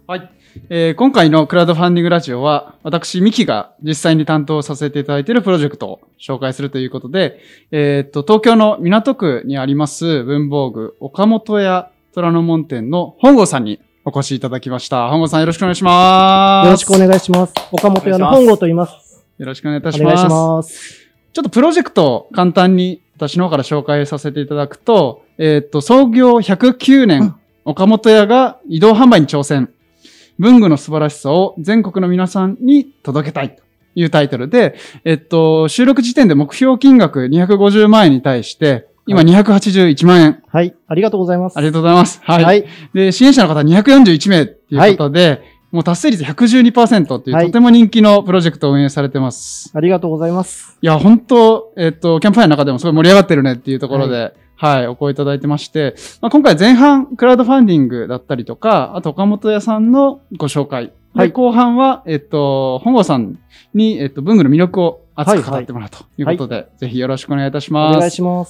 はい。今回のクラウドファンディングラジオは、私、ミキが実際に担当させていただいているプロジェクトを紹介するということで、東京の港区にあります文房具岡本屋虎ノ門店の本郷さんにお越しいただきました。本郷さんよろしくお願いします。 よろしくお願いします。岡本屋の本郷と言います。 よろしくお願いいたします。お願いします。ちょっとプロジェクトを簡単に私の方から紹介させていただくと、創業109年、岡本屋が移動販売に挑戦。文具の素晴らしさを全国の皆さんに届けたいというタイトルで、収録時点で目標金額250万円に対して、今281万円。 はい。ありがとうございます。 ありがとうございます。はい。はい、で、支援者の方241名ということで、はい、もう達成率 112% という、とても人気のプロジェクトを運営されてます。 ありがとうございます。 いや、本当キャンプファイヤーの中でもすごい盛り上がってるねっていうところで、はい、お声いただいてまして、今回前半クラウドファンディングだったりとか、あと岡本屋さんのご紹介。で、後半は、本郷さんに、文具の魅力を熱く語ってもらうということで、ぜひよろしくお願いいたします。 お願いします。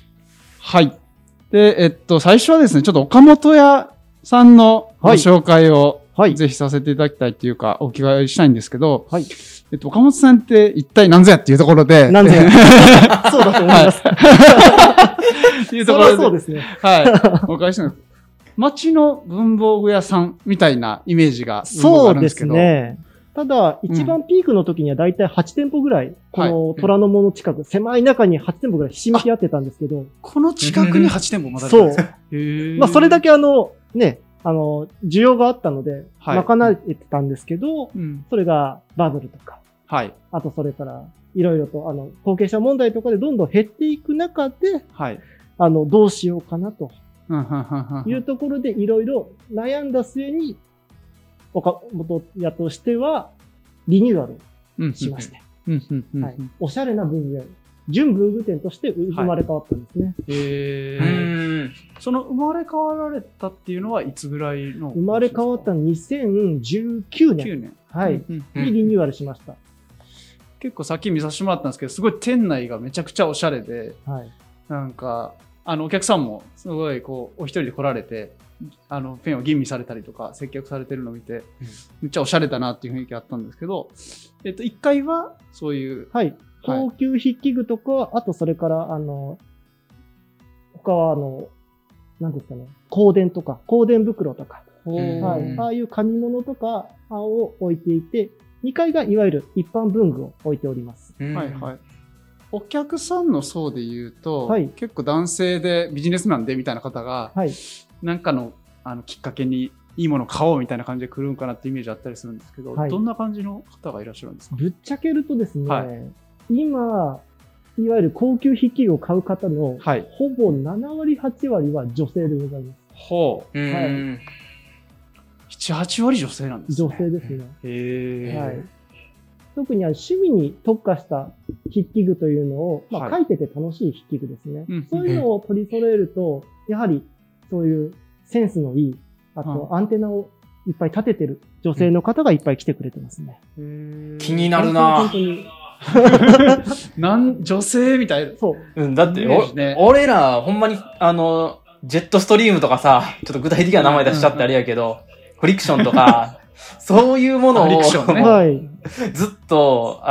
はい。で、最初はですね、ちょっと岡本屋さんのご紹介を、ぜひさせていただきたいというか、お伺いしたいんですけど、はい。岡本さんって一体何ぞやっていうところで。 何ぞや。そうだと思います。 っていうところで。 そうですね。 はい。お伺いしたいんです。街の文房具屋さんみたいなイメージがそうですね。ただ、一番ピークの時にはだいたい8店舗ぐらい、この虎ノ門の近く、狭い中に8店舗ぐらいひしめき合ってたんですけど。 この近くに8店舗まだあるんですか？ そう。まあ、それだけ需要があったので、賄えてたんですけど、それがバブルとか、はい。あとそれから、いろいろと、後継者問題とかでどんどん減っていく中で、はい。どうしようかなと。いうところでいろいろ悩んだ末に、岡本屋としては、リニューアルしまして、おしゃれな文具屋、純文具店として生まれ変わったんですね。 その生まれ変わられたっていうのはいつぐらいの？ 生まれ変わったの2019年。はい。にリニューアルしました。 結構さっき見させてもらったんですけど、すごい店内がめちゃくちゃおしゃれで、はい、なんか、お客さんもすごいこう、お一人で来られて、ペンを吟味されたりとか、接客されてるのを見て、めっちゃおしゃれだなっていう雰囲気あったんですけど、1階はそういう。 はい。高級筆記具とか、あとそれから、他は何ですかね、香典とか、香典袋とか、はい。ああいう紙物とかを置いていて、2階がいわゆる一般文具を置いております。 はいはい。お客さんの層で言うと、はい、結構男性でビジネスマンでみたいな方が、はい、なんかのきっかけにいいものを買おうみたいな感じで来るんかなってイメージあったりするんですけど、はい、どんな感じの方がいらっしゃるんですか？ ぶっちゃけるとですね、はい、今、いわゆる高級筆記具を買う方の、はい、ほぼ7割、8割は女性でございます。 ほう。はい。7、8割女性なんですね。 女性ですね。 へー。はい。 特に趣味に特化した筆記具というのを、まあ、書いてて楽しい筆記具ですね。そういうのを取り揃えると、やはりそういうセンスのいい、あとアンテナをいっぱい立ててる女性の方がいっぱい来てくれてますね。 気になるな本当に。 女性みたいな。 そう。 だって、俺ら、ほんまに、ジェットストリームとかさ、ちょっと具体的な名前出しちゃってあれやけど、フリクションとか、そういうものを、 ね、 ずっと、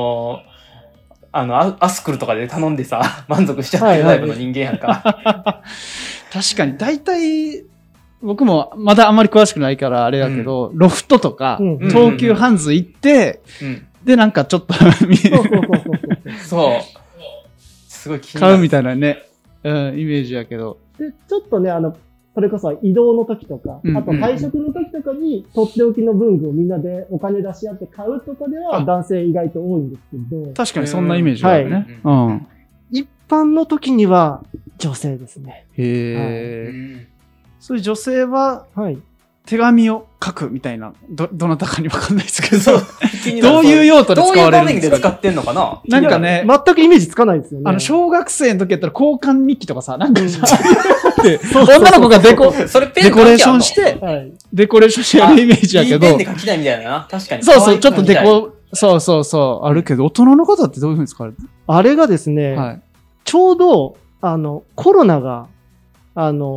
アスクルとかで頼んでさ、満足しちゃってるタイプの人間やんか。 確かに、大体、僕もまだあんまり詳しくないからあれだけど、ロフトとか、東急ハンズ行って、で、なんかちょっとそう。 すごい気になる。 買うみたいなね、イメージやけど。 で、ちょっとね、それこそ移動の時とか、あと退職の時とかに、とっておきの文具をみんなでお金出し合って買うとかでは男性意外と多いんですけど。 確かにそんなイメージがあるね。 一般の時には女性ですね。 へー。そういう女性は、手紙を書くみたいな、どなたかにわかんないですけど、どういう用途で使われるんですか？ どういう場面で使ってんのかな？ なんかね、 全くイメージつかないですよね。 小学生の時やったら交換日記とかさ、なんかさ、女の子がデコレーションして、デコレーションしてやるイメージやけど。 ペンで書きたいみたいなな。確かに。 そうそう、ちょっとそう、あるけど、大人の方ってどういうふうに使われる？ あれがですね、ちょうど、コロナが、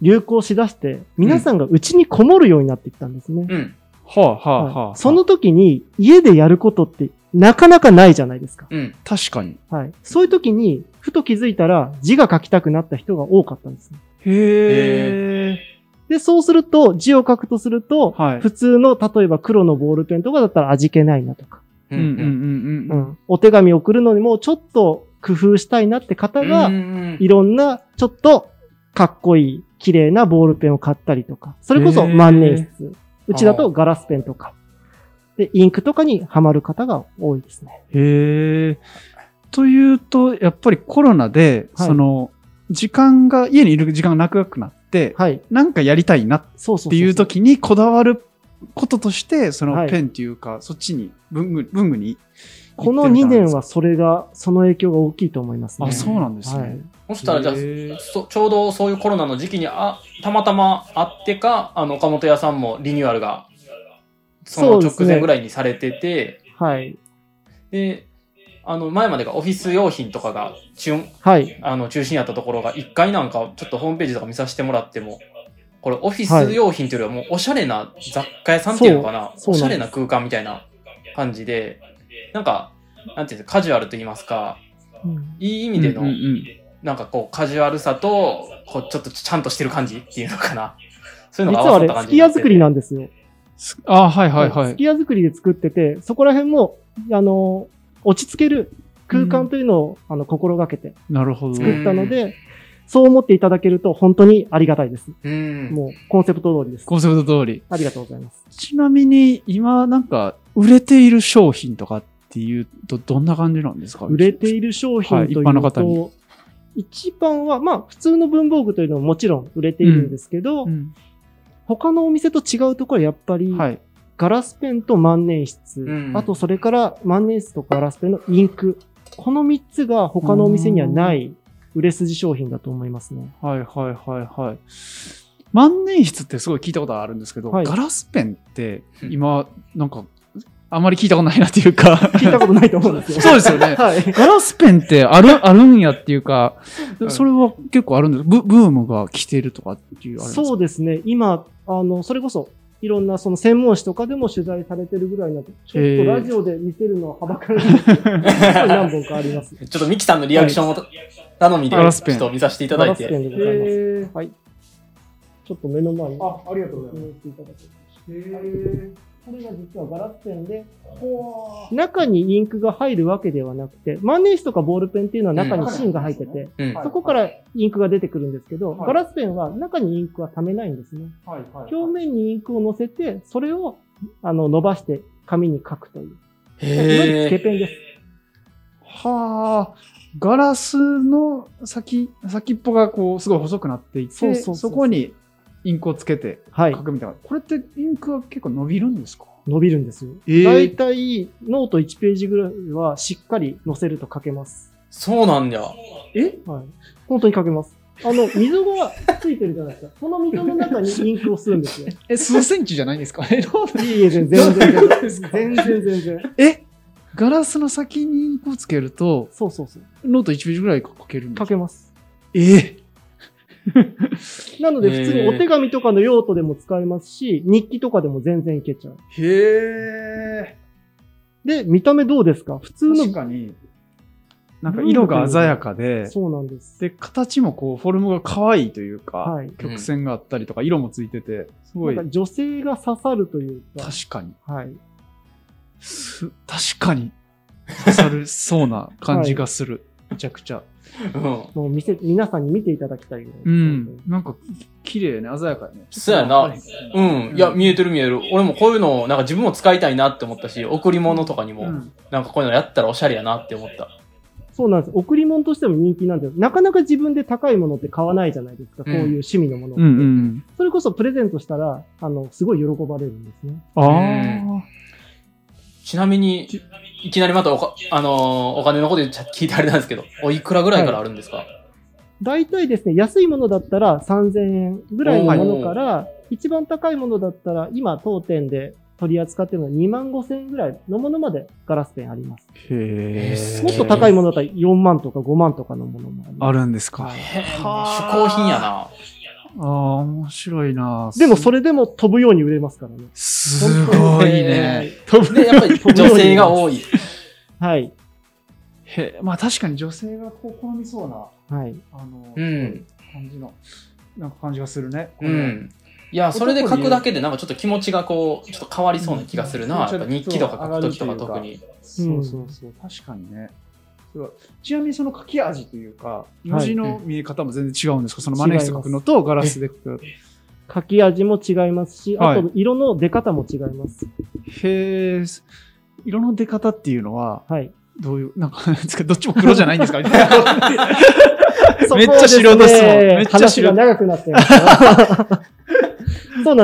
流行しだして、皆さんが家にこもるようになってきたんですね。 うん。 はあ、はあ、はあ。 その時に、家でやることってなかなかないじゃないですか。 うん。 確かに。 はい。そういう時に、ふと気づいたら、字が書きたくなった人が多かったんですね。 へー。 で、そうすると、字を書くとすると、 はい、 普通の、例えば黒のボールペンとかだったら味気ないなとか。お手紙送るのにも、ちょっと工夫したいなって方が、いろんな、ちょっと、かっこいい、綺麗なボールペンを買ったりとか。それこそ万年筆。うちだとガラスペンとか。で、インクとかにハマる方が多いですね。 へー。というと、やっぱりコロナで、はい、家にいる時間が長くなって、はい、なんかやりたいなっていう時にこだわることとして、そのペンっていうか、はい、そっちに、文具に。 この2年はその影響が大きいと思いますね。 あ、そうなんですね。はい、 そしたらじゃあ、ちょうどそういうコロナの時期にたまたまあってか、岡本屋さんもリニューアルが、その直前ぐらいにされてて、 はい。 で、前までがオフィス用品とかがはい。 中心やったところが、1階なんかちょっとホームページとか見させてもらっても、これオフィス用品というよりはもうおしゃれな雑貨屋さんっていうのかな、おしゃれな空間みたいな感じで、なんか、なんていうんですか、カジュアルと言いますか、いい意味での、なんかこう、カジュアルさと、こう、ちょっとちゃんとしてる感じっていうのかな。そういうのが合わさった感じ。 実はあれ、すき家作りなんですよ。 あ、はいはいはい。 すき家作りで作ってて、そこら辺も、落ち着ける空間というのを、心がけて、作ったので、そう思っていただけると本当にありがたいです。もう、コンセプト通りです。 コンセプト通り。 ありがとうございます。 ちなみに、今、なんか、売れている商品とかっていうと、どんな感じなんですか？ 売れている商品というと、一般の方に。一番は、まあ、普通の文房具というのももちろん売れているんですけど、他のお店と違うところはやっぱり、ガラスペンと万年筆、あとそれから万年筆とガラスペンのインク。この3つが他のお店にはない売れ筋商品だと思いますね。 はいはいはいはい。万年筆ってすごい聞いたことあるんですけど、ガラスペンって今、なんか、あまり聞いたことないなっていうか聞いたことないと思うんですよ。 そうですよね。はい、ガラスペンってあるんやっていうか、それは結構あるんです。ブームが来てるとかっていうあれですか？ そうですね。今、それこそ、いろんなその専門誌とかでも取材されてるぐらいなので、ちょっとラジオで見せるのははばからないですけど、何本かあります。 ちょっとミキさんのリアクションを頼みで、ちょっと見させていただいて。 ガラスペンでございます。はい。ちょっと目の前に。 ありがとうございます。 これが実はガラスペンで、中にインクが入るわけではなくて、万年筆とかボールペンっていうのは中に芯が入ってて、そこからインクが出てくるんですけど、ガラスペンは中にインクは溜めないんですね。表面にインクを乗せて、それを伸ばして紙に書くという。つけペンです。 はあ。ガラスの先っぽがこう、すごい細くなっていて、そこにインクをつけて書くみたいな。これってインクは結構伸びるんですか？ 伸びるんですよ。だいたいノート1ページぐらいはしっかり載せると書けます。 そうなんだ。 はい。本当に書けます。溝がついてるじゃないですか。その溝の中にインクを吸うんですよ。 数センチじゃないんですか？ いいえ、全然。全然。 ガラスの先にインクをつけると、 そう。 ノート1ページぐらい書けるんですか？ 書けます。なので普通にお手紙とかの用途でも使えますし、日記とかでも全然いけちゃう。で、見た目どうですか？普通の。 確かに。なんか色が鮮やかで。 そうなんです。 で、形もこう、フォルムが可愛いというか、曲線があったりとか、色もついてて、すごい。 なんか女性が刺さるというか。 確かに。 はい。 確かに。刺さるそうな感じがする。めちゃくちゃ。 もう皆さんに見ていただきたいぐらい。 なんか、綺麗ね、鮮やかね。 そうやな。いや、見えてる。俺もこういうのを、なんか自分も使いたいなって思ったし、贈り物とかにも、なんかこういうのやったらおしゃれやなって思った。 そうなんです。贈り物としても人気なんですよ。なかなか自分で高いものって買わないじゃないですか。こういう趣味のものって。それこそプレゼントしたら、すごい喜ばれるんですね。 ちなみに、いきなりまたお金のこと聞いてあれなんですけど、おいくらぐらいからあるんですか？ 大体ですね、安いものだったら3000円ぐらいのものから、一番高いものだったら、今当店で取り扱っているのは2万5千円ぐらいのものまでガラスペンあります。もっと高いものだったら4万とか5万とかのものもあるんですか？ 嗜好品やな。 ああ、面白いな。 でもそれでも飛ぶように売れますからね。 すごいね。 飛ぶね。やっぱり女性が多い。 はい。 まあ確かに女性がこう好みそうな、 はい。 感じの、なんか感じがするね。 うん。いや、それで書くだけでなんかちょっと気持ちがこう、ちょっと変わりそうな気がするな。やっぱ日記とか書くときとか特に。 そうそうそう。確かにね。ちなみにその書き味というか、文字の見え方も全然違うんですか？その万年筆で書くのとガラスで書く。 書き味も違いますし、あと色の出方も違います。 へえ。色の出方っていうのは、 はい。 どういう、なんか、どっちも黒じゃないんですかめっちゃ白ですもん。めっちゃ白。話が長くなってます。そうなんです。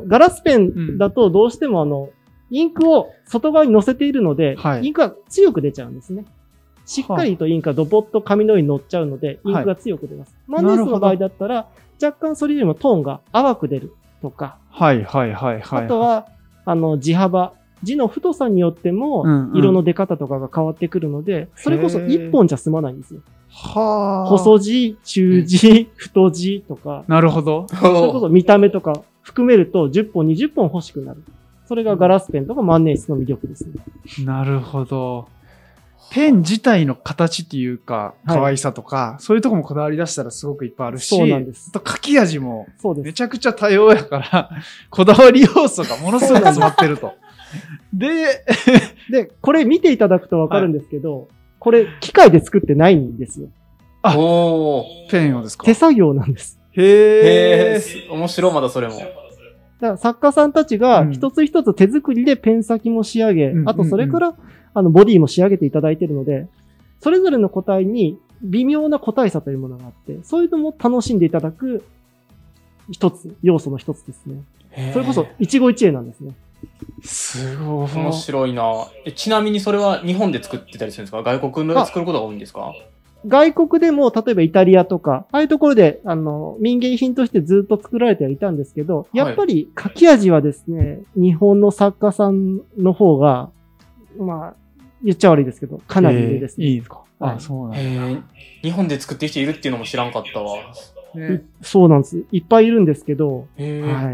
ガラスペンだとどうしてもインクを外側に乗せているので、インクが強く出ちゃうんですね。しっかりとインクがドボッと紙の上に乗っちゃうので、インクが強く出ます。万年筆の場合だったら、若干それよりもトーンが淡く出るとか。あとは、字幅。字の太さによっても、色の出方とかが変わってくるので、それこそ一本じゃ済まないんですよ。細字、中字、太字とか。 なるほど。 それこそ見た目とか含めると10本、20本欲しくなる。それがガラスペンとか万年筆の魅力ですね。 なるほど。ペン自体の形っていうか、可愛さとか、そういうとこもこだわり出したらすごくいっぱいあるし、 そうなんです。 書き味もめちゃくちゃ多様やから、こだわり要素がものすごく詰まってると。で、 これ見ていただくとわかるんですけど、これ機械で作ってないんですよ。 あ、ペンをですか？ 手作業なんです。 へー。面白い、まだそれも。 だから作家さんたちが一つ一つ手作りでペン先も仕上げ、あとそれからボディも仕上げていただいているので、それぞれの個体に微妙な個体差というものがあって、そういうのも楽しんでいただく要素の一つですね。それこそ一期一会なんですね。 すごい。 面白いな。ちなみにそれは日本で作ってたりするんですか？外国の作ることが多いんですか？ 外国でも、例えばイタリアとか、ああいうところで、民芸品としてずっと作られてはいたんですけど、やっぱり書き味はですね、日本の作家さんの方が、まあ、言っちゃ悪いですけど、かなり上ですね。 いいですか？そうなんだ。 日本で作ってる人いるっていうのも知らんかったわ。 そうなんです。いっぱいいるんですけど、 はい。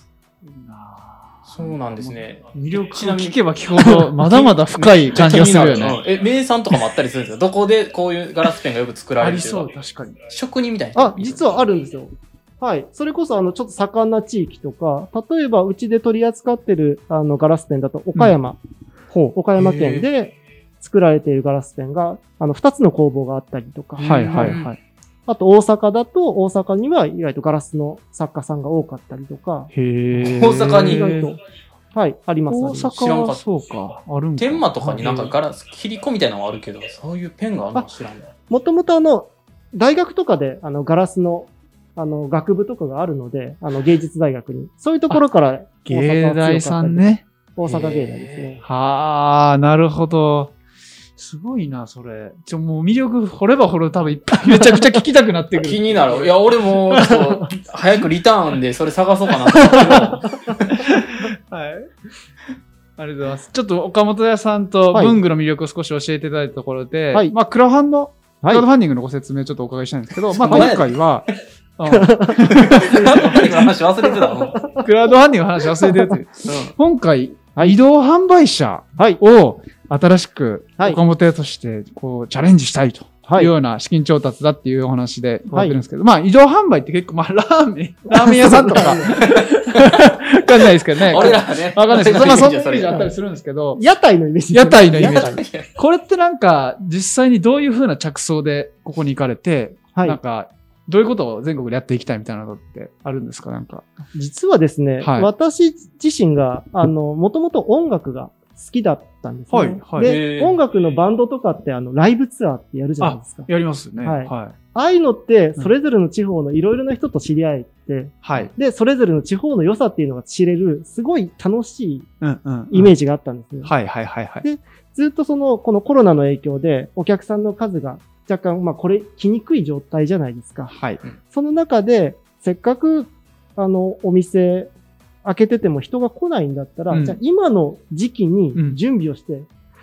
そうなんですね。 魅力を聞けば聞くほど、まだまだ深い感じがするよね。 名産とかもあったりするんですか？どこでこういうガラスペンがよく作られてるか。 ありそう、確かに。 職人みたいな。 実はあるんですよ。はい。それこそ、ちょっと盛んな地域とか、例えば、うちで取り扱ってる、ガラスペンだと、岡山県で作られているガラスペンが、2つの工房があったりとか。あと、大阪だと、大阪には意外とガラスの作家さんが多かったりとか。 大阪に意外と。はい、あります。 大阪はそうか。あるんか。 天満とかになんかガラス、切り子みたいなのがあるけど、そういうペンがあるの知らんね。 もともと大学とかで、ガラスの、学部とかがあるので、芸術大学に。そういうところから、 芸大さんね。 大阪芸大ですね。 はあ、なるほど。すごいな、それ。もう魅力掘れば掘る多分いっぱいめちゃくちゃ聞きたくなってくる。 気になる。いや、俺も、ちょっと、早くリターンでそれ探そうかなと思ってけど。 はい。ありがとうございます。ちょっと岡本屋さんと文具の魅力を少し教えていただいたところで、まあ、クラウドファンディングのご説明ちょっとお伺いしたいんですけど、まあ、今回は、 クラウドファンディングの話忘れてたの？ クラウドファンディングの話忘れてるって。今回、移動販売車を新しく岡本屋としてこうチャレンジしたいというような資金調達だっていうお話で伺ってるんですけど、まあ移動販売って結構まあラーメン屋さんとかわかんないですけどね。 俺らはね。 わかんないですけど、まあそんなイメージあったりするんですけど。 屋台のイメージ。 屋台のイメージ。これってなんか実際にどういう風な着想でここに行かれて、なんかどういうことを全国でやっていきたいみたいなのってあるんですか？なんか。 実はですね、私自身が、もともと音楽が好きだったんですね。で、音楽のバンドとかってライブツアーってやるじゃないですか。 やりますね。 ああいうのって、それぞれの地方のいろいろな人と知り合えて、で、それぞれの地方の良さっていうのが知れる、すごい楽しいイメージがあったんですね。で、ずっとこのコロナの影響で、お客さんの数が若干、まあ、これ、来にくい状態じゃないですか。その中で、せっかく、お店、開けてても人が来ないんだったら、じゃあ今の時期に準備をして、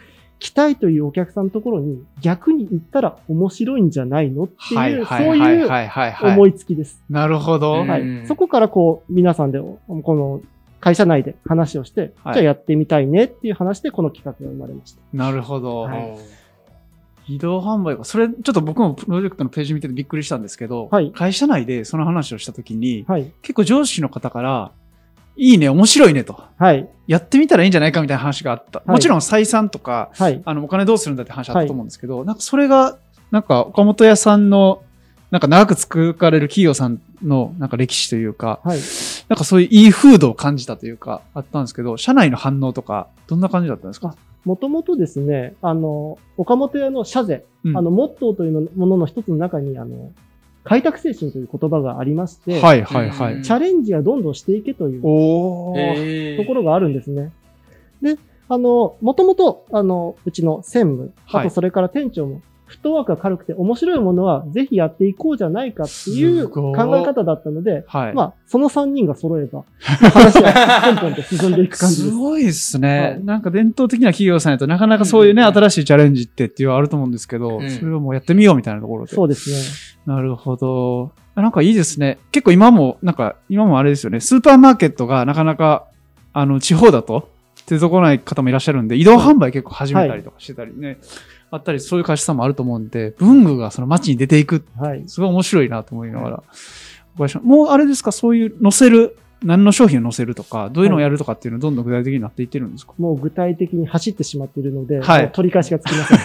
来たいというお客さんのところに逆に行ったら面白いんじゃないのっていう、そういう思いつきです。 なるほど。 はい。そこから皆さんで、この会社内で話をして、じゃあやってみたいねっていう話でこの企画が生まれました。 なるほど。移動販売か。それ、ちょっと僕もプロジェクトのページ見ててびっくりしたんですけど、会社内でその話をしたときに、結構上司の方から、いいね、面白いねと。やってみたらいいんじゃないかみたいな話があった。もちろん採算とか、お金どうするんだって話あったと思うんですけど、なんかそれが、なんか岡本屋さんの、なんか長く作られる企業さんのなんか歴史というか、なんかそういういい風土を感じたというか、あったんですけど、社内の反応とか、どんな感じだったんですか？ もともとですね、岡本屋の社税、モットーというものの一つの中に、開拓精神という言葉がありまして、チャレンジはどんどんしていけというところがあるんですね。で、もともと、うちの専務、あとそれから店長も、フットワークが軽くて面白いものはぜひやっていこうじゃないかっていう考え方だったので、まあ、その3人が揃えば、話がポンポンと進んでいく感じです。 すごいですね。なんか伝統的な企業さんやとなかなかそういうね、新しいチャレンジっていうのはあると思うんですけど、それをもうやってみようみたいなところで。 そうですね。 なるほど。なんかいいですね。結構今もあれですよね。スーパーマーケットがなかなか、地方だと出てこない方もいらっしゃるんで、移動販売結構始めたりとかしてたりね。あったり、そういう会社さんもあると思うんで、文具がその街に出ていく。すごい面白いなと思いながら。もうあれですか、そういう載せる、何の商品を載せるとか、どういうのをやるとかっていうのはどんどん具体的になっていってるんですか？ もう具体的に走ってしまっているので、もう取り返しがつきません。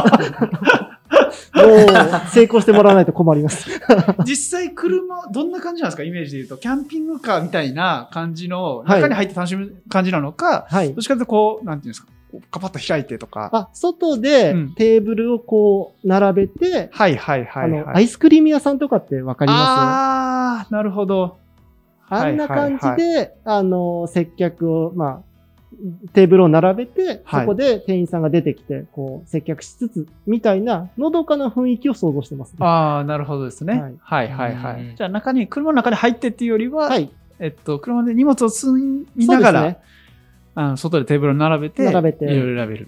もう成功してもらわないと困ります。 実際車、どんな感じなんですか？イメージで言うと、キャンピングカーみたいな感じの、中に入って楽しむ感じなのか、どっちかというとなんていうんですか？カパッと開いてとか。 外でテーブルを並べて、アイスクリーム屋さんとかってわかりますなるほど。 あんな感じで、接客を、テーブルを並べて、そこで店員さんが出てきて、接客しつつ、みたいな、のどかな雰囲気を想像してますね。 なるほどですね。じゃあ車の中に入ってっていうよりは、車で荷物を積みながら、外でテーブルを並べて、いろいろ選べる。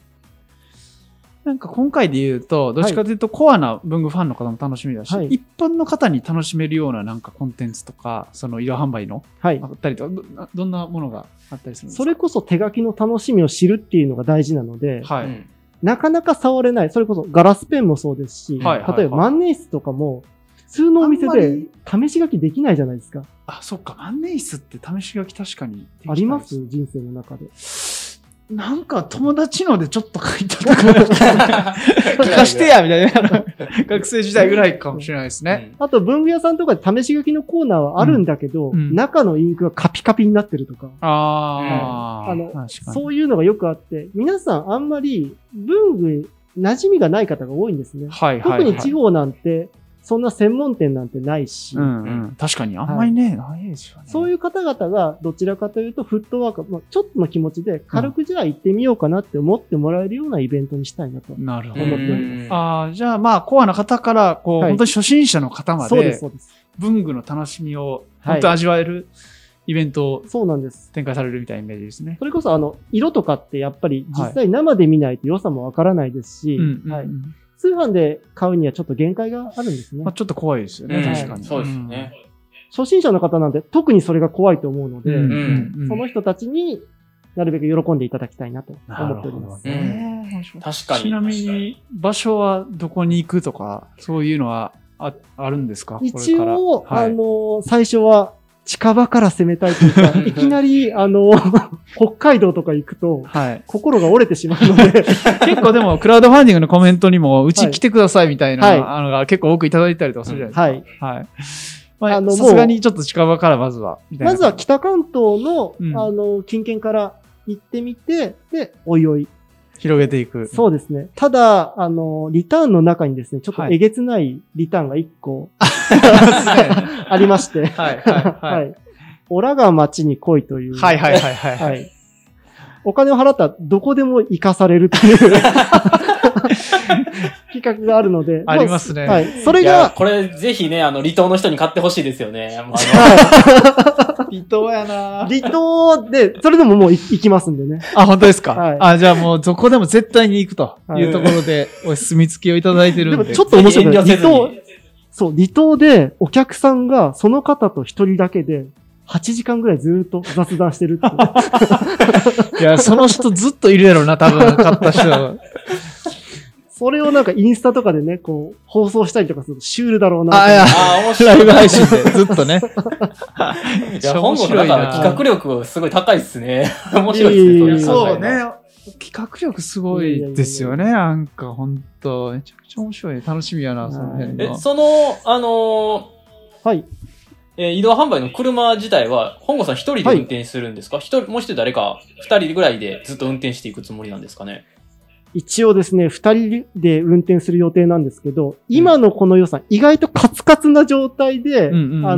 なんか今回で言うと、どっちかというとコアな文具ファンの方も楽しみだし、一般の方に楽しめるようななんかコンテンツとか、その移動販売の、あったりとか、どんなものがあったりするんですか？ それこそ手書きの楽しみを知るっていうのが大事なので、なかなか触れない。それこそガラスペンもそうですし、例えば万年筆とかも、普通のお店で試し書きできないじゃないですか。 そっか、万年筆って試し書き確かにあります？人生の中で。 なんか友達のでちょっと書いたとか、聞かしてやみたいな。学生時代ぐらいかもしれないですね。 あと文具屋さんとかで試し書きのコーナーはあるんだけど、中のインクがカピカピになってるとか。そういうのがよくあって、皆さんあんまり文具馴染みがない方が多いんですね。特に地方なんて、そんな専門店なんてないし。 確かに、あんまりね、ないですよね。 そういう方々が、どちらかというと、フットワーク、ちょっとの気持ちで、軽くじゃあ行ってみようかなって思ってもらえるようなイベントにしたいなと思っております。じゃあコアな方から、本当に初心者の方まで、文具の楽しみを、本当に味わえるイベントを展開されるみたいなイメージですね。 それこそ、色とかってやっぱり実際生で見ないと良さもわからないですし、通販で買うにはちょっと限界があるんですね。 ちょっと怖いですよね、確かに。 そうですね。 初心者の方なんて特にそれが怖いと思うので、その人たちになるべく喜んでいただきたいなと思っております。 確かに。 ちなみに、場所はどこに行くとか、そういうのはあるんですか？ 一応、最初は、近場から攻めたいというか、いきなり、北海道とか行くと、心が折れてしまうので。 結構でも、クラウドファンディングのコメントにも、うち来てくださいみたいな、のが結構多くいただいたりとかするじゃないですか。さすがにちょっと近場からまずは、 まずは北関東の、近県から行ってみて、で、おいおい。 広げていく。 そうですね。ただ、リターンの中にですね、ちょっとえげつないリターンが1個、ありまして。オラが町に来いという。お金を払ったらどこでも行かされるという。 企画があるので。 ありますね。 はい。それが。 これぜひね、離島の人に買ってほしいですよね。 離島やな離島で、それでももう行きますんでね。 あ、本当ですか、 はい、 じゃあもうどこでも絶対に行くというところで、お墨付きをいただいてるんで。 でもちょっと面白い。離島、そう、離島でお客さんがその方と一人だけで、8時間ぐらいずっと雑談してるっていや、その人ずっといるやろな、多分、買った人は。 それをなんかインスタとかでね、こう、放送したりとかするとシュールだろうな。 面白い。ライブ配信で、ずっとね。 いや、本郷さん、だから企画力すごい高いっすね。面白いですね。 そうね。企画力すごいですよね、なんか、ほんと。めちゃくちゃ面白い。楽しみやな、その辺の。 はい。 移動販売の車自体は、本郷さん一人で運転するんですか？もう一人誰か、二人ぐらいでずっと運転していくつもりなんですかね？ 一応ですね、二人で運転する予定なんですけど、今のこの予算、意外とカツカツな状態で、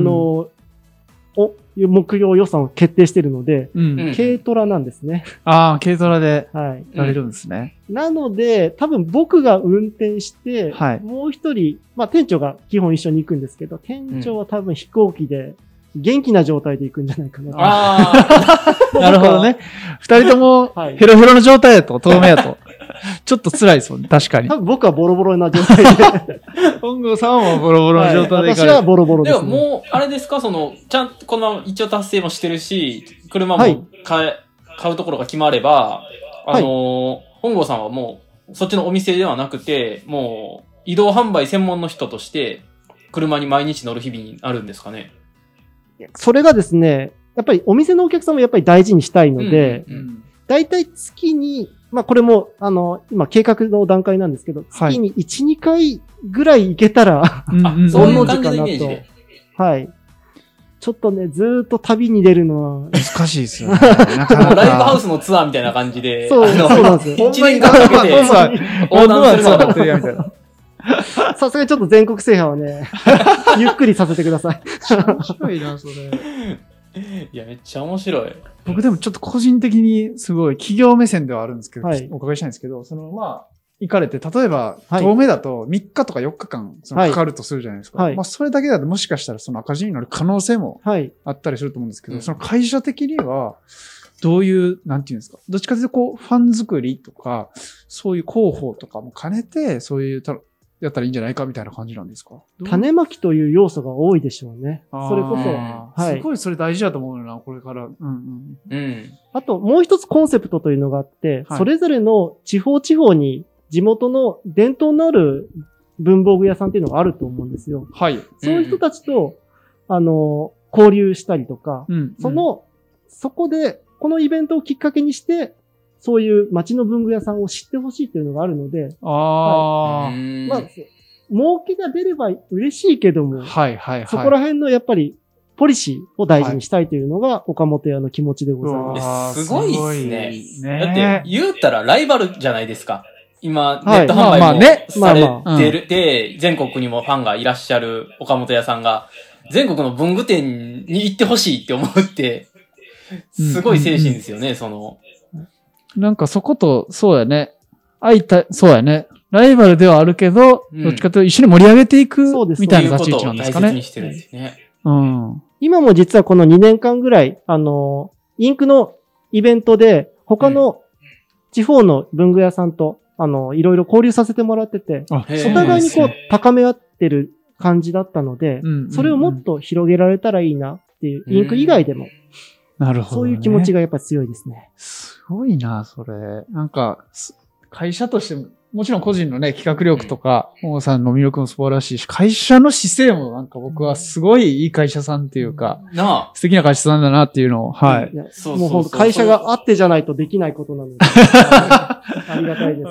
目標予算を決定しているので、軽トラなんですね。 ああ、軽トラでやれるんですね。 なので、多分僕が運転して、もう一人、まあ店長が基本一緒に行くんですけど、店長は多分飛行機で元気な状態で行くんじゃないかな。 なるほどね。二人ともヘロヘロの状態だと、透明だと。ちょっと辛いですもんね、確かに。 多分僕はボロボロな状態で。 本郷さんはもボロボロな状態で私はボロボロです、 ね。でももう、あれですか、ちゃんとこのまま一応達成もしてるし、車も買うところが決まれば、本郷さんはもう、そっちのお店ではなくて、もう、移動販売専門の人として、車に毎日乗る日々になるんですかね。 それがですね、やっぱりお店のお客さんもやっぱり大事にしたいので、だいたい月に、まあこれも、今計画の段階なんですけど、月に1、2回ぐらい行けたら、 そういう感じのイメージで。 はい。ちょっとね、ずーっと旅に出るのは。 難しいですよね。 なかなかライブハウスのツアーみたいな感じで。 そうなんですよ。 1年間かけて、横断するのがってるみたいな。 さすがにちょっと全国制覇はね、ゆっくりさせてください。 面白いな、それ。 いや、めっちゃ面白い。 僕でもちょっと個人的にすごい企業目線ではあるんですけど、お伺いしたいんですけど、行かれて、例えば、遠目だと3日とか4日間かかるとするじゃないですか。まあ、それだけだともしかしたらその赤字になる可能性もあったりすると思うんですけど、その会社的には、どういう、なんていうんですか、どっちかというとこう、ファン作りとか、そういう広報とかも兼ねて、そういうやったらいいんじゃないかみたいな感じなんですか？ 種まきという要素が多いでしょうね。それこそ。 すごいそれ大事だと思うよな、これから。 あと、もう一つコンセプトというのがあって、それぞれの地方に地元の伝統のある文房具屋さんっていうのがあると思うんですよ。そういう人たちと、交流したりとか、そこで、このイベントをきっかけにして、そういう街の文具屋さんを知ってほしいというのがあるので、まあ、儲けが出れば嬉しいけども、そこら辺のやっぱり、ポリシーを大事にしたいというのが、岡本屋の気持ちでございます。すごいですね。だって、言ったらライバルじゃないですか。今、ネット販売もされてる、で、全国にもファンがいらっしゃる岡本屋さんが、全国の文具店に行ってほしいって思うって、すごい精神ですよね、 なんかそこと、そうやね。そうやね。ライバルではあるけど、どっちかというと一緒に盛り上げていくみたいな立ち位置なんですかね。 大切にしてるんですね。 今も実はこの2年間ぐらい、インクのイベントで、他の地方の文具屋さんと、いろいろ交流させてもらってて、お互いにこう、高め合ってる感じだったので、それをもっと広げられたらいいなっていう、インク以外でも。 なるほど、 そういう気持ちがやっぱり強いですね。 すごいな、それ。なんか、会社としても、もちろん個人のね、企画力とか、本郷さんの魅力も素晴らしいし、会社の姿勢もなんか僕はすごいいい会社さんっていうか、素敵な会社さんだなっていうのを、はい。 もう会社があってじゃないとできないことなので、ありがたいです。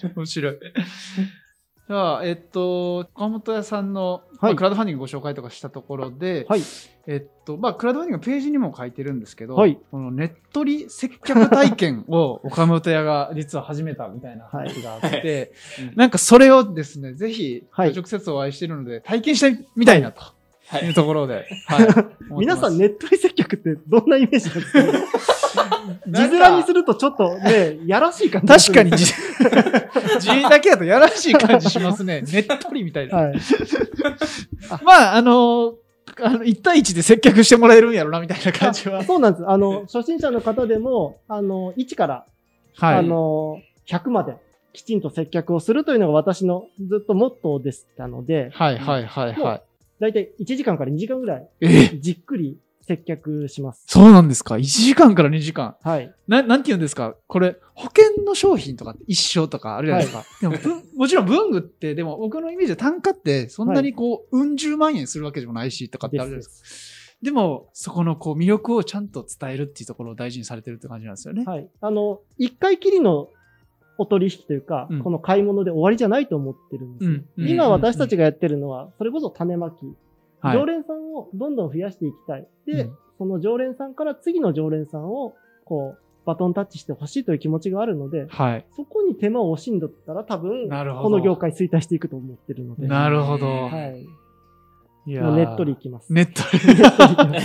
面白い。じゃあ、岡本屋さんの、クラウドファンディングご紹介とかしたところで、クラウドファンディングのページにも書いてるんですけど、このネットリ接客体験を岡本屋が実は始めたみたいな話があって、なんかそれをですね、ぜひ、直接お会いしているので体験してみたいなというところで。はい。 皆さん、ねっとり接客ってどんなイメージなんですか？字面にするとちょっとね、やらしい感じ。 確かに字だけだとやらしい感じしますね。ねっとりみたいな。はい、まあ、1対1で接客してもらえるんやろな、みたいな感じは。 そうなんです。初心者の方でも、1から、はい、100まできちんと接客をするというのが私のずっとモットーでしたので、 はいはいはいはい。 だいたい1時間から2時間ぐらい、じっくり接客します。 そうなんですか？ 1 時間から2時間。 はい。 なんて言うんですか？これ、保険の商品とかって一緒とかあるじゃないですか。はい、でも、もちろん文具って、でも僕のイメージで単価ってそんなにこう、うん十万円するわけでもないしとかってあるじゃないですか。でも、そこのこう、魅力をちゃんと伝えるっていうところを大事にされてるって感じなんですよね。 はい。一回きりのお取引というか、この買い物で終わりじゃないと思ってるんですよ。今私たちがやってるのは、それこそ種まき。常連さんをどんどん増やしていきたい。で、その常連さんから次の常連さんを、こう、バトンタッチしてほしいという気持ちがあるので、はい、そこに手間を惜しんどったら多分、この業界衰退していくと思ってるので。 なるほど。 はい。いやもうねっとりいきます。 ねっとり。めっ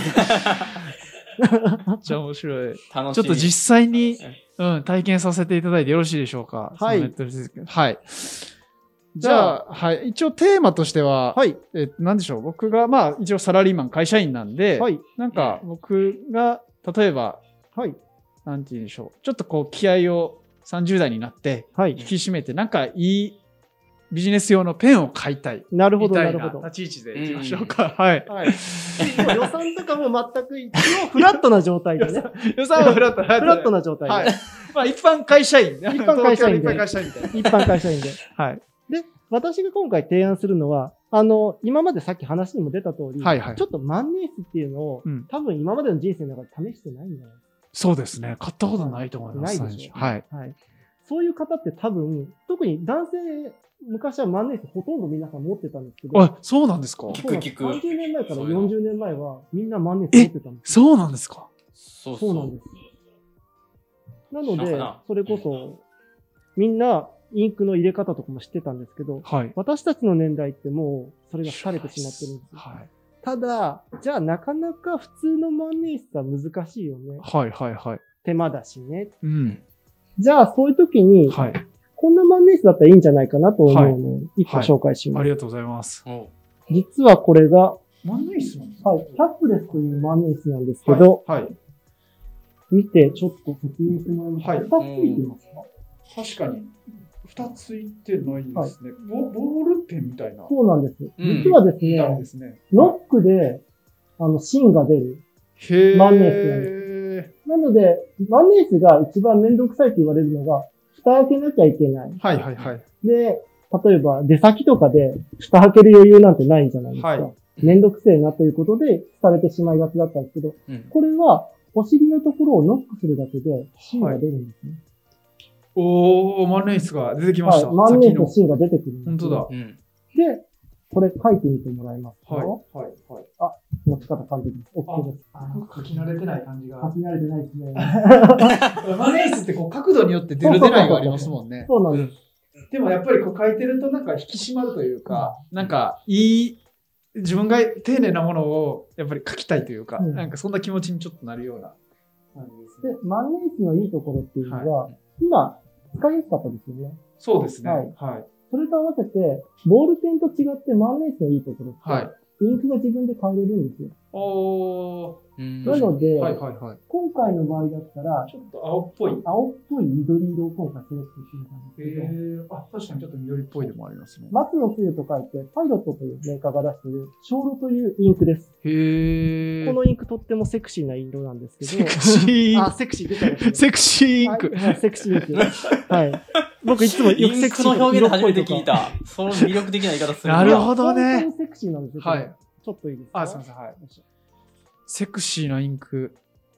ちゃ面白い。楽しい。ちょっと実際に、体験させていただいてよろしいでしょうか？ はい。 はい。じゃあ、はい。一応テーマとしては、はい。なんでしょう。僕が、まあ、一応サラリーマン、会社員なんで、はい。なんか、僕が、例えば、はい。なんて言うんでしょう。ちょっとこう、気合を30代になって、はい。引き締めて、なんかいいビジネス用のペンを買いたい。 なるほど、なるほど。 立ち位置でいきましょうか。はい。はい。 予算とかも全く一応フラットな状態でね。 予算はフラット。 フラットな状態で。はい。 まあ、一般会社員。 一般会社員で。 一般会社員みたいな。 一般会社員で。はい。で、私が今回提案するのは、今までさっき話にも出た通り、はいはい、ちょっと万年筆っていうのを、多分今までの人生の中で試してないんじゃないですか。 そうですね。買ったことないと思います。 ないでしょ。はい。はい。そういう方って多分、特に男性、昔は万年筆ほとんど皆さん持ってたんですけど。 あ、そうなんですか？ 聞く。 30年前から40年前はみんな万年筆持ってたんです。 そうなんですか？ そうなんです。なので、それこそ、みんな、インクの入れ方とかも知ってたんですけど、はい、私たちの年代ってもうそれが廃れてしまってるんですよ。はい、ただ、じゃあなかなか普通の万年筆は難しいよね。 はいはいはい。 手間だしね。うん。じゃあそういう時に、 はい、 こんな万年筆だったらいいんじゃないかなと思うのを一個紹介します。 ありがとうございます。 実はこれが、 万年筆なんですか？ はい。キャップレスという万年筆なんですけど、はい。見てちょっと説明してもらいます。はい。2つついてますか？ 確かに。2ついてないですね。ボールペンみたいな。 そうなんです。実はですね、ノックで、芯が出る万年筆なんです。なので、万年筆が一番めんどくさいと言われるのが、蓋開けなきゃいけない。 はいはいはい。 で、例えば出先とかで蓋開ける余裕なんてないじゃないですか。はい、めんどくせえなということで、されてしまいがちだったんですけど、これは、お尻のところをノックするだけで芯が出るんですね。 おー、万年筆が出てきました。 はい、万年筆の芯が出てくるんです。 本当だ。 で、これ書いてみてもらいますか？ はい、はい、はい。 あ、持ち方完璧です。OK です。 書き慣れてない感じが。 書き慣れてないですね。 万年筆ってこう角度によって出る出ないがありますもんね。 そうなんです。 でもやっぱりこう書いてるとなんか引き締まるというか、なんか自分が丁寧なものをやっぱり書きたいというか、なんかそんな気持ちにちょっとなるような感じですね。 で、万年筆のいいところっていうのは、今、使いやすかったですよね。 そうですね。 はい。それと合わせて、ボールペンと違って万年筆のいいところって、インクが自分で変えれるんですよ。なので、今回の場合だったら、 ちょっと青っぽい緑色を今回セレクトしてみたんですけど、 確かにちょっと緑っぽいでもありますね。 松のつゆと書いて、パイロットというメーカーが出している、小炉というインクです。このインクとってもセクシーな色なんですけど。 セクシーインク。 セクシー出たね。 セクシーインク。 セクシーインク。はい。僕いつもよくセクシーの表現で初めて聞いた。その魅力的な言い方する。 なるほどね。 本当にセクシーなんですよ。はい。ちょっといいですか？ すみません。はい。セクシーなインク。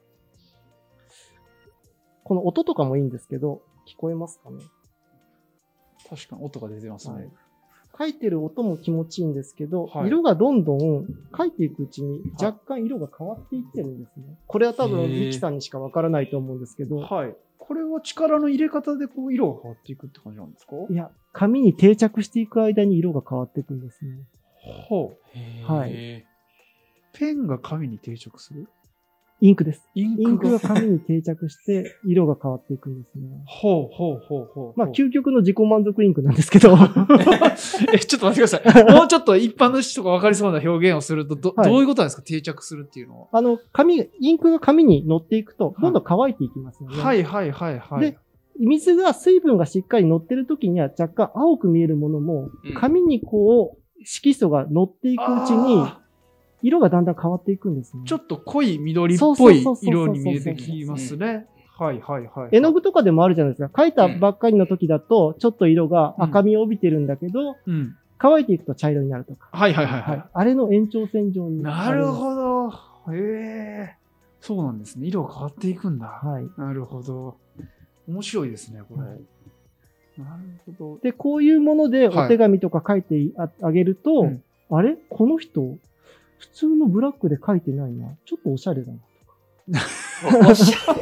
この音とかもいいんですけど、聞こえますかね？ 確かに音が出てますね。 書いてる音も気持ちいいんですけど、色がどんどん書いていくうちに若干色が変わっていってるんですね。これは多分ミキさんにしかわからないと思うんですけど。 はい。これは力の入れ方でこう色が変わっていくって感じなんですか？ いや、紙に定着していく間に色が変わっていくんですね。 ほう。はい。 ペンが紙に定着する？ インクです。 インクが紙に定着して、色が変わっていくんですね。 ほうほうほうほう。 まあ、究極の自己満足インクなんですけど。 ちょっと待ってください。もうちょっと一般の人が分かりそうな表現をすると、どういうことなんですか？定着するっていうのは。 インクが紙に乗っていくと、どんどん乾いていきますよね。 はいはいはいはい。 で、水分がしっかり乗ってる時には若干青く見えるものも、紙にこう、色素が乗っていくうちに、色がだんだん変わっていくんですね。 ちょっと濃い緑っぽい色に見えてきますね。はいはいはい。 絵の具とかでもあるじゃないですか。描いたばっかりの時だと、ちょっと色が赤みを帯びてるんだけど、乾いていくと茶色になるとか。 はいはいはいはい。 あれの延長線上に。 なるほど。へえ。そうなんですね。色が変わっていくんだ。 はい。 なるほど。面白いですね、これ。なるほど。 で、こういうものでお手紙とか書いてあげると、あれこの人、普通のブラックで書いてないな。ちょっとおしゃれだなとか。おしゃれ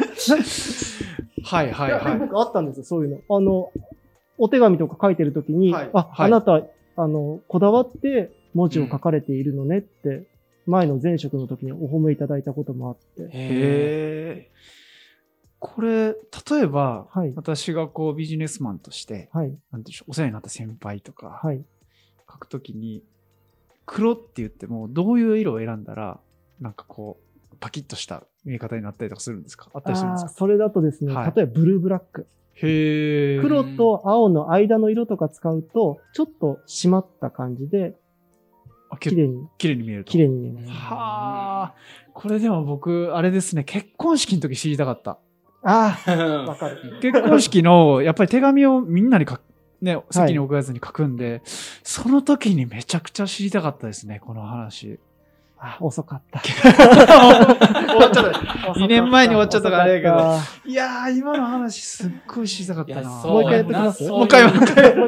はいはいはい。僕あったんですよ、そういうの。お手紙とか書いてるときに、あなた、こだわって文字を書かれているのねって、前の前職の時にお褒めいただいたこともあって。 へー。これ、例えば、私がこうビジネスマンとして、なんでしょう、お世話になった先輩とか、書くときに、黒って言っても、どういう色を選んだら、なんかこう、パキッとした見え方になったりとかするんですか？あったりするんですか？ それだとですね、例えばブルーブラック。 へー。 黒と青の間の色とか使うと、ちょっと締まった感じで、綺麗に見えると。綺麗に見えます。 はー。これでも僕、あれですね、結婚式の時知りたかった。 わかる。 結婚式の、やっぱり手紙をみんなにね、席に置かずに書くんで、その時にめちゃくちゃ知りたかったですね、この話。 遅かった。 終わっちゃった。2年前に終わっちゃったからあれやけど。いやー、今の話すっごい知りたかったな。 もう一回やっときます？ もう一回やっ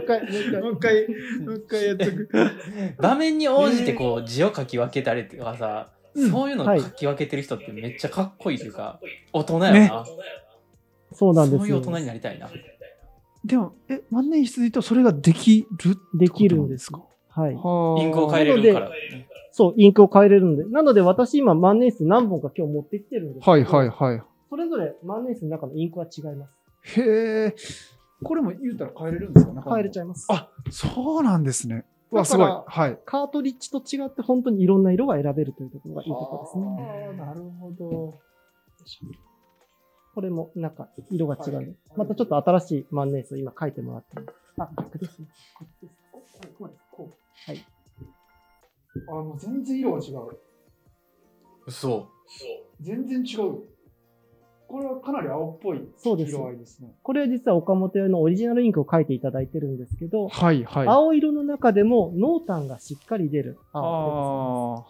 とく。 場面に応じてこう字を書き分けたりとかさ、そういうのを書き分けてる人ってめっちゃかっこいいというか、大人やな。 そうなんですよ。 そういう大人になりたいな。 でも、万年筆で言うとそれができるんですか？はい。 インクを変えれるから。 そう、インクを変えれるので。なので私今万年筆何本か今日持ってきてるんですけど。 はいはいはい。 それぞれ万年筆の中のインクは違います。 へえ。これも言うたら変えれるんですか？ 変えれちゃいます。 そうなんですね。 すごい。はい。カートリッジと違って本当にいろんな色が選べるというところがいいところですね。 なるほど。 これもなんか色が違う、ね。またちょっと新しい万年筆を今書いてもらってます。逆ですね。こっちです。こう。はい。 もう全然色が違う。 嘘。 全然違う。これはかなり青っぽい色合いですね。 これは実は岡本屋のオリジナルインクを書いていただいてるんですけど、 はいはい。 青色の中でも濃淡がしっかり出る青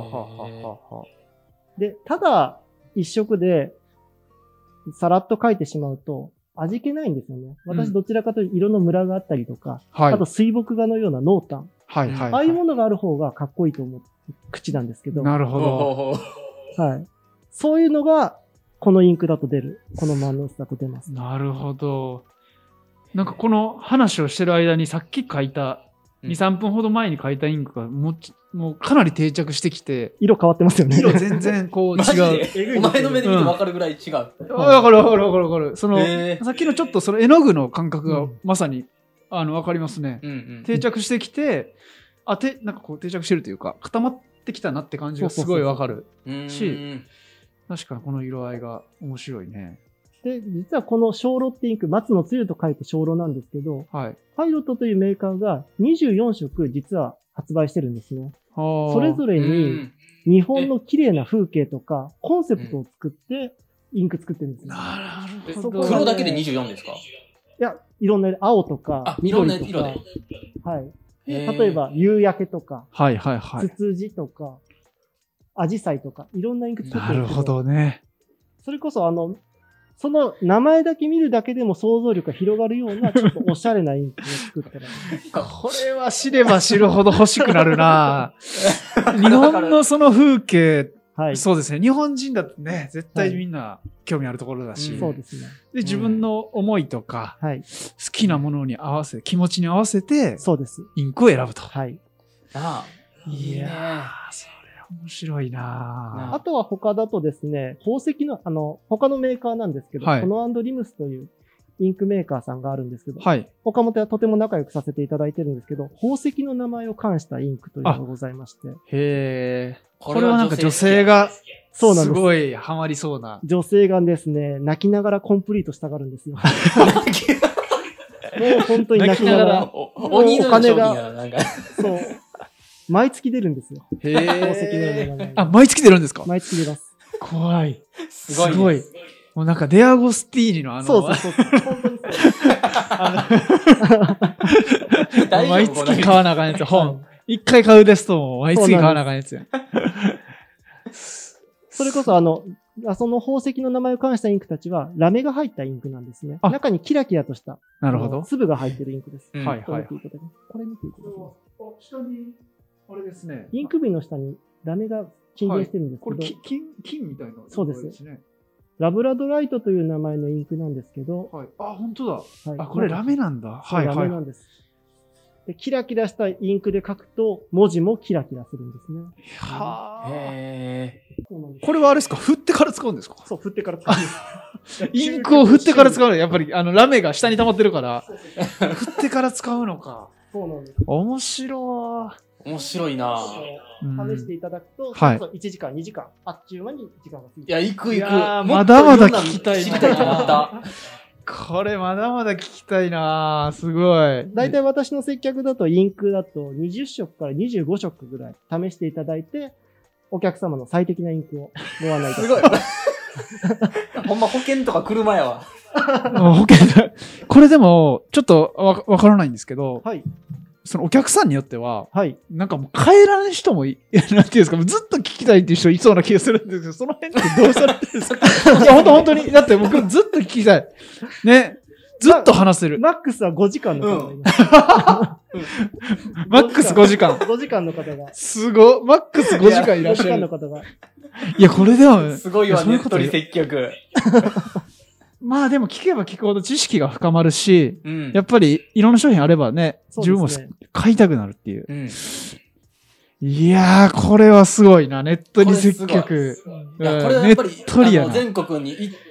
で、ただ一色でさらっと書いてしまうと味気ないんですよね。私どちらかというと色のムラがあったりとか、あと水墨画のような濃淡。ああいうものがある方がかっこいいと思う口なんですけど。 なるほど。 はい。そういうのが、このインクだと出る。この万年筆だと出ます。 なるほど。なんかこの話をしてる間にさっき書いた、2、3分ほど前に書いたインクがもうかなり定着してきて。 色変わってますよね。 色全然こう違う。お前の目で見て分かるぐらい違う。 わかる。その、さっきのちょっとその絵の具の感覚がまさに、わかりますね。定着してきて、なんかこう定着してるというか、固まってきたなって感じがすごいわかるし、確かにこの色合いが面白いね。 で、実はこの小炉ってインク、松のつゆと書いて小炉なんですけど、パイロットというメーカーが24色実は発売してるんですね。それぞれに日本の綺麗な風景とかコンセプトを作ってインク作ってるんですよ。 なるほど。 黒だけで24ですか？ いや、いろんな青とか緑とか。 色で。 はい。例えば、夕焼けとか、ツツジとか、アジサイとか、いろんなインク作ってるんですけど。 なるほどね。 それこそその名前だけ見るだけでも想像力が広がるような、ちょっとおしゃれなインクを作ったら。 これは知れば知るほど欲しくなるな日本のその風景、そうですね。日本人だとね、絶対みんな興味あるところだし。 そうですね。 で、自分の思いとか、好きなものに合わせ、気持ちに合わせて、 そうです。 インクを選ぶと。 はい。 いいね。 それ面白いなあとは他だとですね、宝石の、他のメーカーなんですけど、 はいコノ&リムスというインクメーカーさんがあるんですけど、 はい。 岡本はとても仲良くさせていただいてるんですけど、宝石の名前を冠したインクというのがございまして。 へえ。これはなんか女性が、 そうなんです。 すごいハマりそうな。 女性がですね、泣きながらコンプリートしたがるんですよ。もう本当に泣きながら。 鬼の商品がなんか。 そう。毎月出るんですよ。 へ宝石の名前。 あ、毎月出るんですか？ 毎月出ます。 怖い。 すごい。 すごい。もうなんかデアゴスティーニのそうそうそう。本当にそう。 毎月買わなあかんやつ。本。一回買うですと、毎月買わなあかんやつや。 それこそその宝石の名前を冠したインクたちは、ラメが入ったインクなんですね。中にキラキラとした、 なるほど。 粒が入ってるインクです。 はいはい。これ見ていただきます。 下に、あれですね。 インク瓶の下にラメが沈殿してるんですけど。 これ金みたいな。 そうです。ラブラドライトという名前のインクなんですけど。 はい。あ、本当だ。はい。あ、これラメなんだ。はいはい。 ラメなんです。で、キラキラしたインクで書くと、文字もキラキラするんですね。 はぁ。 へー。これはあれですか？振ってから使うんですか？ そう、振ってから使うんです。 インクを振ってから使うのやっぱり、ラメが下に溜まってるから、振ってから使うのか。 そうなんです。 面白い。面白いな試していただくと、 はい。 1時間、2時間、あっちゅう間に時間が過ぎて。 いや、行く。 まだまだ聞きたいな。 これまだまだ聞きたいなすごい。 だいたい私の接客だとインクだと20色から25色ぐらい試していただいて、お客様の最適なインクをご案内いたします。 すごい。ほんま保険とか車やわ。 保険だ。これでも、ちょっとわからないんですけど、 はい。 そのお客さんによっては、 はい。 なんかもう帰らん人もなんていうんですか、ずっと聞きたいっていう人いそうな気がするんですけど、その辺ってどうされてるんですか？いや、本当に。だって僕ずっと聞きたい。ね。ずっと話せる。 マックスは5時間の方がいます。 マックス5時間。 5時間の方が。 すごい。マックス5時間いらっしゃる。5時間の方が。 いや、これでは。 すごいわ、ネットに接客。 まあでも聞けば聞くほど知識が深まるし、 うん、 やっぱりいろんな商品あればね、自分も買いたくなるっていう。 うん、 いやー、これはすごいな。ネットに接客。 いや、これはやっぱり、全国に行って、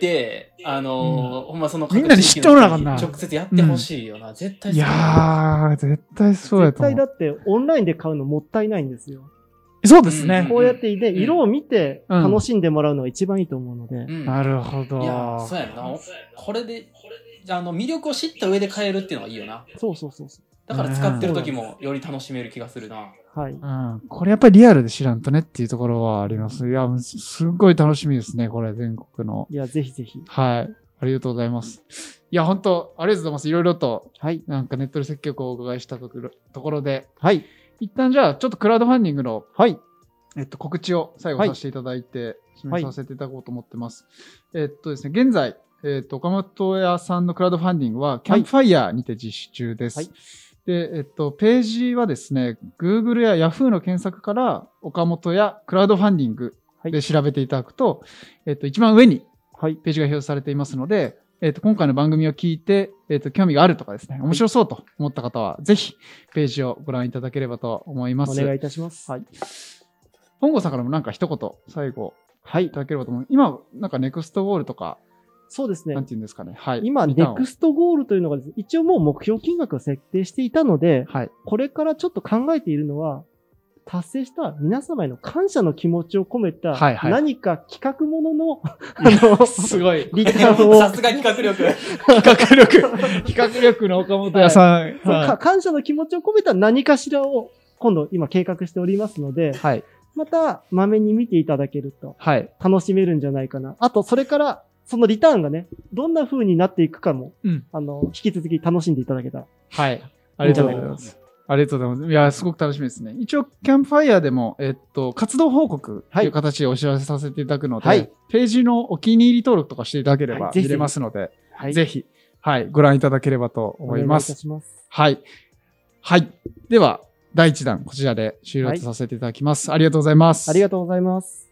ほんまそのみんなに知ってもらわなあかんな。 直接やってほしいよな。絶対そう。いやー、絶対そうやと思う。 絶対だってオンラインで買うのもったいないんですよ。 そうですね。 こうやって色を見て楽しんでもらうのが一番いいと思うので。 なるほど。 いや、そうやな。これで、魅力を知った上で買えるっていうのがいいよな。 そうそうそう。 だから使ってる時もより楽しめる気がするな。 はい。 これやっぱりリアルで知らんとねっていうところはあります。いや、すっごい楽しみですね、これ、全国の。 いや、ぜひぜひ。 はい。ありがとうございます。いや、本当ありがとうございます。いろいろと、 はい。 なんかネットで接客をお伺いしたところで、 はい。 一旦じゃあ、ちょっとクラウドファンディングの、 はい。 告知を最後させていただいて、締めさせていただこうと思ってます。ですね、現在、岡本屋さんのクラウドファンディングは、キャンプファイヤーにて実施中です。はい。で、ページはですね、Google や Yahoo の検索から、岡本屋クラウドファンディングで調べていただくと、一番上に、ページが表示されていますので、今回の番組を聞いて、興味があるとかですね、面白そうと思った方は、ぜひ、ページをご覧いただければと思います。 お願いいたします。 はい。本郷さんからもなんか一言、最後、いただければと思う。今、なんかネクストゴールとか、 そうですね。 なんて言うんですかね。はい。 今、ネクストゴールというのがですね、一応もう目標金額を設定していたので、はい。これからちょっと考えているのは、達成した皆様への感謝の気持ちを込めた、はいはい、何か企画ものの、 すごい。 リターンを。さすが企画力。 企画力の岡本屋さん、 はい。感謝の気持ちを込めた何かしらを、今度今計画しておりますので、はい。また、まめに見ていただけると、はい。楽しめるんじゃないかな。あと、それから、そのリターンがね、どんな風になっていくかも、引き続き楽しんでいただけたら。 はい。ありがとうございます。ありがとうございます。いや、すごく楽しみですね。一応、キャンプファイヤーでも、活動報告という形でお知らせさせていただくので、はい、ページのお気に入り登録とかしていただければ見れますので、はい、ぜひ、はい、ご覧いただければと思います。 お願いいたします。 はい。はい。では、第1弾、こちらで終了とさせていただきます。ありがとうございます。 ありがとうございます。